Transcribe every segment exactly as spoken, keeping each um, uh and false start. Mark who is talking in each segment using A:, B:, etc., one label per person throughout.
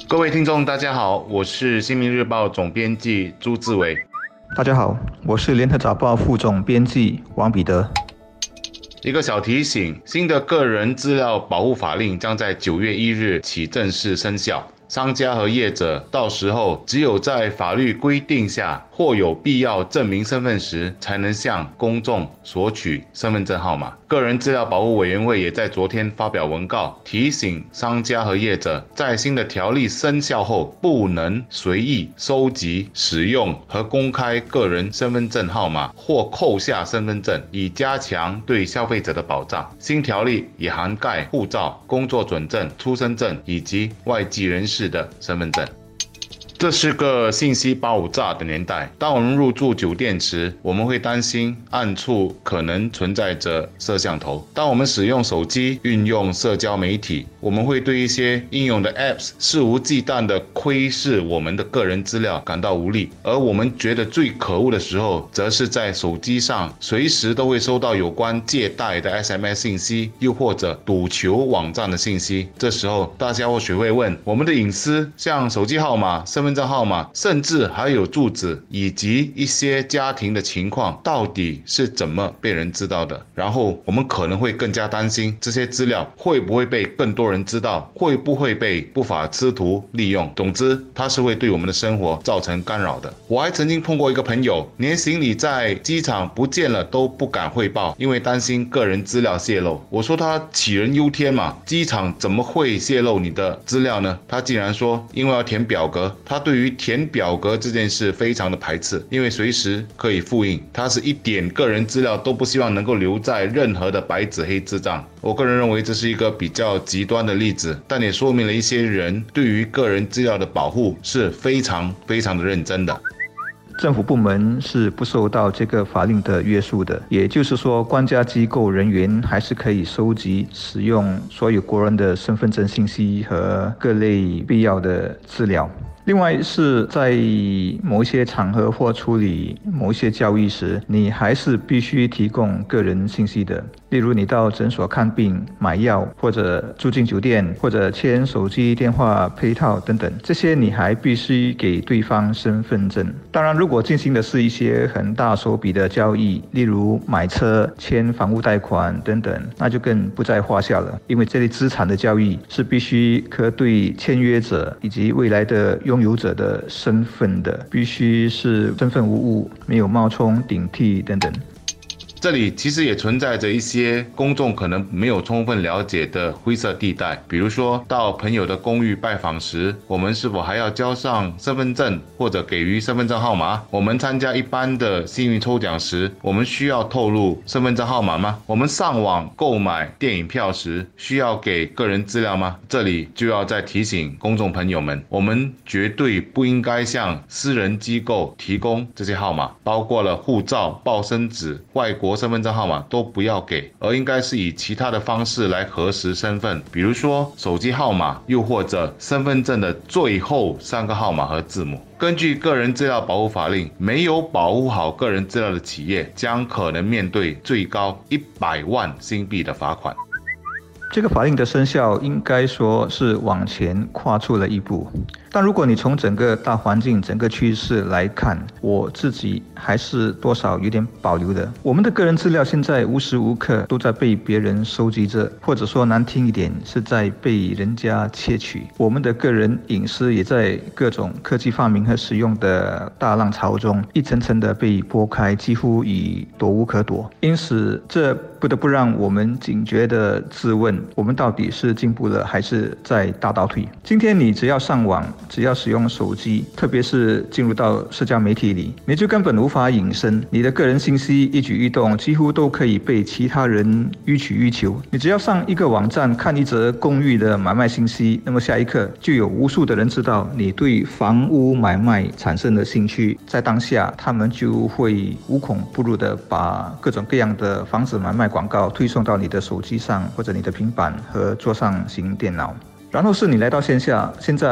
A: 各位听众，大家好，我是新民日报总编辑朱志伟。
B: 大家好，我是联合早报副总编辑王彼得。
A: 一个小提醒，新的个人资料保护法令将在九月一日起正式生效。商家和业者到时候只有在法律规定下或有必要证明身份时，才能向公众索取身份证号码。个人资料保护委员会也在昨天发表文告，提醒商家和业者，在新的条例生效后，不能随意收集、使用和公开个人身份证号码或扣下身份证，以加强对消费者的保障。新条例也涵盖护照、工作准证、出生证以及外籍人士的身份证。这是个信息爆炸的年代。当我们入住酒店时，我们会担心暗处可能存在着摄像头；当我们使用手机运用社交媒体，我们会对一些应用的 Apps 肆无忌惮地窥视我们的个人资料感到无力。而我们觉得最可恶的时候，则是在手机上随时都会收到有关借贷的 S M S 信息，又或者赌球网站的信息。这时候大家或许会问，我们的隐私，像手机号码、身份证号码，甚至还有住址以及一些家庭的情况，到底是怎么被人知道的？然后我们可能会更加担心，这些资料会不会被更多人知道，会不会被不法之徒利用。总之，它是会对我们的生活造成干扰的。我还曾经碰过一个朋友，连行李在机场不见了都不敢汇报，因为担心个人资料泄露。我说他杞人忧天嘛，机场怎么会泄露你的资料呢？他竟然说，因为要填表格，他对于填表格这件事非常的排斥，因为随时可以复印，他是一点个人资料都不希望能够留在任何的白纸黑字上。我个人认为这是一个比较极端的例子，但也说明了一些人对于个人资料的保护是非常非常的认真的。
B: 政府部门是不受到这个法令的约束的，也就是说，官家机构人员还是可以收集、使用所有国人的身份证信息和各类必要的资料。另外是在某一些场合或处理某一些交易时，你还是必须提供个人信息的。例如你到诊所看病、买药，或者住进酒店，或者签手机电话配套等等，这些你还必须给对方身份证。当然，如果进行的是一些很大手笔的交易，例如买车、签房屋贷款等等，那就更不在话下了，因为这类资产的交易是必须核对签约者以及未来的拥有者的身份的，必须是身份无误，没有冒充、顶替等等。
A: 这里其实也存在着一些公众可能没有充分了解的灰色地带，比如说到朋友的公寓拜访时，我们是否还要交上身份证或者给予身份证号码？我们参加一般的幸运抽奖时，我们需要透露身份证号码吗？我们上网购买电影票时，需要给个人资料吗？这里就要再提醒公众朋友们，我们绝对不应该向私人机构提供这些号码，包括了护照、报生纸、外国身份证号码都不要给，而应该是以其他的方式来核实身份，比如说手机号码，又或者身份证的最后三个号码和字母。根据个人资料保护法令，没有保护好个人资料的企业将可能面对最高一百万新币的罚款。
B: 这个法令的生效应该说是往前跨出了一步，但如果你从整个大环境、整个趋势来看，我自己还是多少有点保留的。我们的个人资料现在无时无刻都在被别人收集着，或者说难听一点，是在被人家窃取。我们的个人隐私也在各种科技发明和使用的大浪潮中，一层层的被剥开，几乎已躲无可躲。因此，这不得不让我们警觉地自问，我们到底是进步了还是在大倒退？今天你只要上网，只要使用手机，特别是进入到社交媒体里，你就根本无法隐身，你的个人信息一举一动几乎都可以被其他人予取予求。你只要上一个网站看一则公寓的买卖信息，那么下一刻就有无数的人知道你对房屋买卖产生的兴趣，在当下他们就会无孔不入的把各种各样的房子买卖广告推送到你的手机上，或者你的平板和桌上型电脑。然后是你来到线下，现在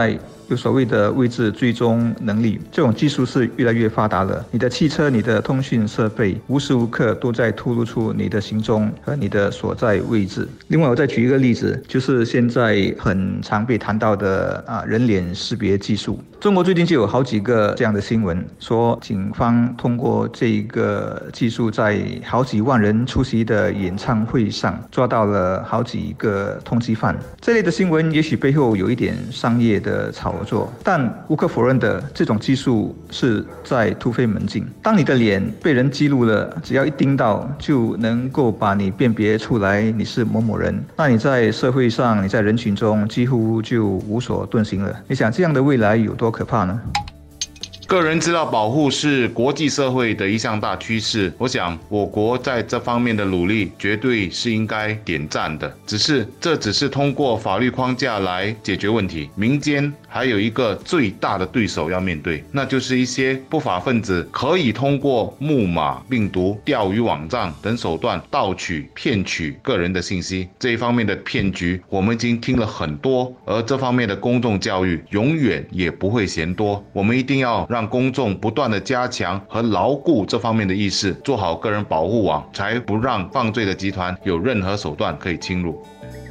B: 有所谓的位置追踪能力，这种技术是越来越发达了。你的汽车、你的通讯设备无时无刻都在透露出你的行踪和你的所在位置。另外，我再举一个例子，就是现在很常被谈到的啊人脸识别技术。中国最近就有好几个这样的新闻，说警方通过这个技术，在好几万人出席的演唱会上抓到了好几个通缉犯。这类的新闻也许背后有一点商业的炒作，但无可否认的，这种技术是在突飞门进。当你的脸被人记录了，只要一盯到，就能够把你辨别出来你是某某人，那你在社会上，你在人群中几乎就无所遁形了。你想这样的未来有多可怕呢？
A: 个人资料保护是国际社会的一项大趋势，我想我国在这方面的努力绝对是应该点赞的。只是这只是通过法律框架来解决问题，民间还有一个最大的对手要面对，那就是一些不法分子可以通过木马、病毒、钓鱼网站等手段盗取、骗取个人的信息。这一方面的骗局我们已经听了很多，而这方面的公众教育永远也不会嫌多。我们一定要让让公众不断的加强和牢固这方面的意识，做好个人保护网，才不让犯罪的集团有任何手段可以侵入。